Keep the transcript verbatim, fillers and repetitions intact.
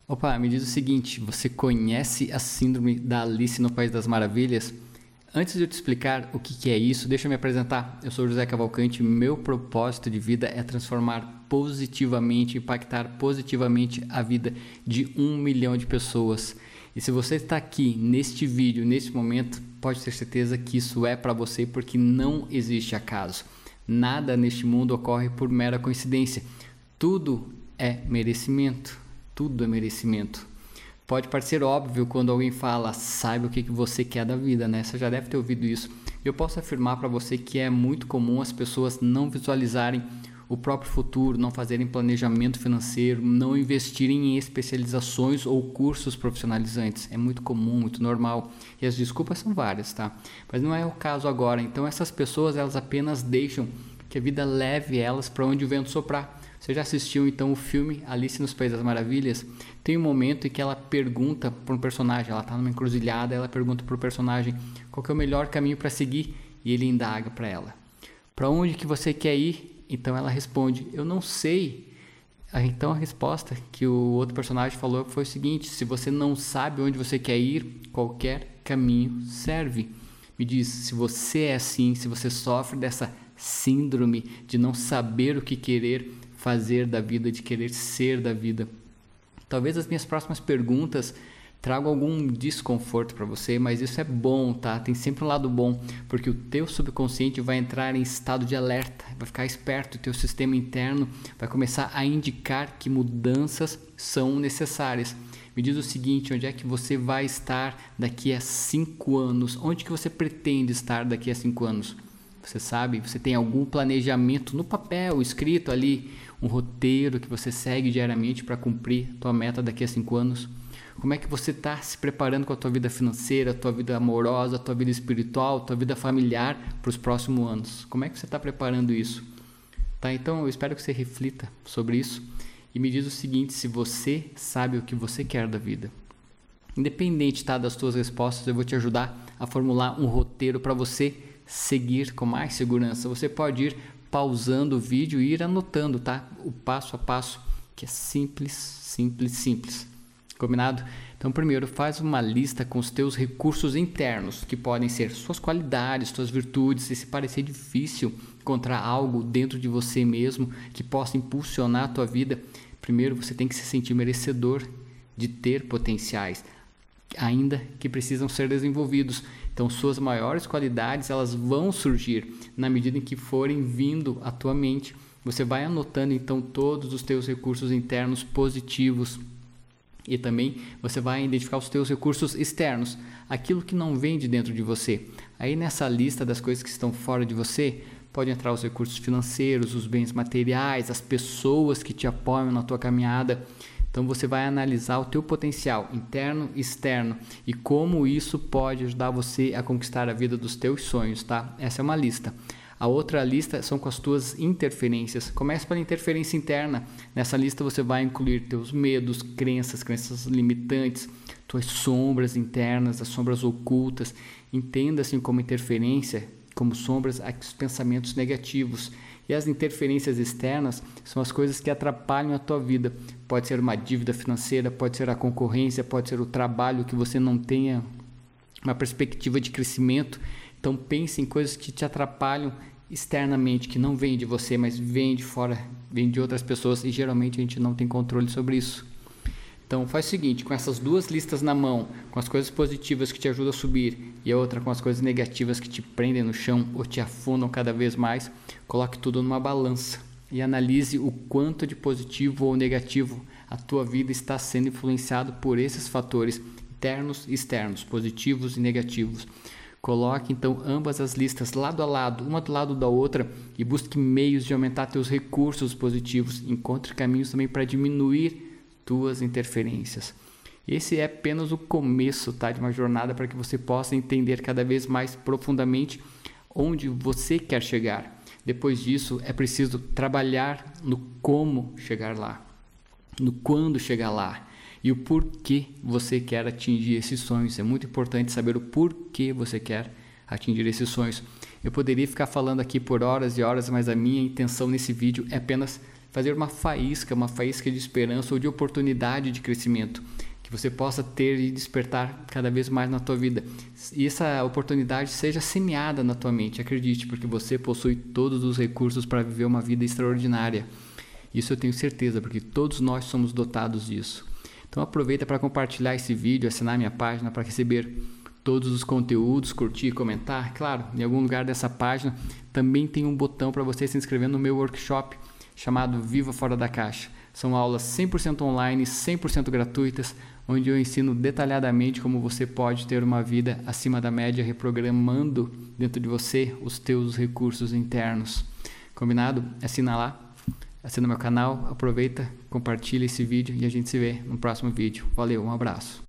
Opa, me diz o seguinte, você conhece a síndrome da Alice no País das Maravilhas? Antes de eu te explicar o que é isso, deixa eu me apresentar. Eu sou José Cavalcante e meu propósito de vida é transformar positivamente, impactar positivamente a vida de um milhão de pessoas. E se você está aqui neste vídeo, neste momento, pode ter certeza que isso é para você, porque não existe acaso. Nada neste mundo ocorre por mera coincidência. Tudo é merecimento. Tudo é merecimento. Pode parecer óbvio quando alguém fala, saiba o que você quer da vida, né? Você já deve ter ouvido isso. Eu posso afirmar para você que é muito comum as pessoas não visualizarem o próprio futuro, não fazerem planejamento financeiro, não investirem em especializações ou cursos profissionalizantes. É muito comum, muito normal. E as desculpas são várias, tá? Mas não é o caso agora. Então essas pessoas, elas apenas deixam que a vida leve elas para onde o vento soprar. Você já assistiu então o filme Alice nos Países das Maravilhas? Tem um momento em que ela pergunta para um personagem, ela está numa encruzilhada, ela pergunta para o personagem qual que é o melhor caminho para seguir e ele indaga para ela. Para onde que você quer ir? Então ela responde, eu não sei. Então a resposta que o outro personagem falou foi o seguinte, se você não sabe onde você quer ir, qualquer caminho serve. Me diz, se você é assim, se você sofre dessa síndrome de não saber o que querer fazer da vida, de querer ser da vida. Talvez as minhas próximas perguntas tragam algum desconforto para você, mas isso é bom, tá? Tem sempre um lado bom, porque o teu subconsciente vai entrar em estado de alerta, vai ficar esperto, o teu sistema interno vai começar a indicar que mudanças são necessárias. Me diz o seguinte, onde é que você vai estar daqui a cinco anos? Onde que você pretende estar daqui a cinco anos? Você sabe, você tem algum planejamento no papel, escrito ali, um roteiro que você segue diariamente para cumprir tua meta daqui a cinco anos? Como é que você está se preparando com a tua vida financeira, a tua vida amorosa, a tua vida espiritual, a tua vida familiar para os próximos anos? Como é que você está preparando isso? Tá, então eu espero que você reflita sobre isso e me diz o seguinte, se você sabe o que você quer da vida. Independente, tá, das tuas respostas, eu vou te ajudar a formular um roteiro para você seguir com mais segurança. Você pode ir pausando o vídeo e ir anotando, tá? O passo a passo, que é simples, simples, simples. Combinado? Então, primeiro, faz uma lista com os teus recursos internos, que podem ser suas qualidades, suas virtudes. E se parecer difícil encontrar algo dentro de você mesmo que possa impulsionar a tua vida, primeiro você tem que se sentir merecedor de ter potenciais, ainda que precisam ser desenvolvidos. Então suas maiores qualidades, elas vão surgir na medida em que forem vindo à tua mente. Você vai anotando então todos os teus recursos internos positivos e também você vai identificar os teus recursos externos, aquilo que não vem de dentro de você. Aí nessa lista das coisas que estão fora de você, pode entrar os recursos financeiros, os bens materiais, as pessoas que te apoiam na tua caminhada. Então você vai analisar o teu potencial interno e externo e como isso pode ajudar você a conquistar a vida dos teus sonhos, tá? Essa é uma lista. A outra lista são com as tuas interferências. Comece pela interferência interna. Nessa lista você vai incluir teus medos, crenças, crenças limitantes, tuas sombras internas, as sombras ocultas. Entenda assim como interferência, como sombras, os pensamentos negativos. E as interferências externas são as coisas que atrapalham a tua vida. Pode ser uma dívida financeira, pode ser a concorrência, pode ser o trabalho que você não tenha uma perspectiva de crescimento. Então pense em coisas que te atrapalham externamente, que não vêm de você, mas vêm de fora, vêm de outras pessoas e geralmente a gente não tem controle sobre isso. Então faz o seguinte, com essas duas listas na mão, com as coisas positivas que te ajudam a subir e a outra com as coisas negativas que te prendem no chão ou te afundam cada vez mais, coloque tudo numa balança e analise o quanto de positivo ou negativo a tua vida está sendo influenciado por esses fatores internos e externos, positivos e negativos. Coloque então ambas as listas lado a lado, uma do lado da outra e busque meios de aumentar teus recursos positivos. Encontre caminhos também para diminuir tuas interferências. Esse é apenas o começo, tá, de uma jornada para que você possa entender cada vez mais profundamente onde você quer chegar. Depois disso, é preciso trabalhar no como chegar lá, no quando chegar lá e o porquê você quer atingir esses sonhos. É muito importante saber o porquê você quer atingir esses sonhos. Eu poderia ficar falando aqui por horas e horas, mas a minha intenção nesse vídeo é apenas fazer uma faísca, uma faísca de esperança ou de oportunidade de crescimento, que você possa ter e despertar cada vez mais na tua vida. E essa oportunidade seja semeada na tua mente, acredite, porque você possui todos os recursos para viver uma vida extraordinária. Isso eu tenho certeza, porque todos nós somos dotados disso. Então aproveita para compartilhar esse vídeo, assinar minha página para receber todos os conteúdos, curtir, comentar. Claro, em algum lugar dessa página também tem um botão para você se inscrever no meu workshop chamado Viva Fora da Caixa. São aulas cem por cento online, cem por cento gratuitas, onde eu ensino detalhadamente como você pode ter uma vida acima da média, reprogramando dentro de você os teus recursos internos. Combinado? Assina lá, assina meu canal, aproveita, compartilha esse vídeo e a gente se vê no próximo vídeo. Valeu, um abraço.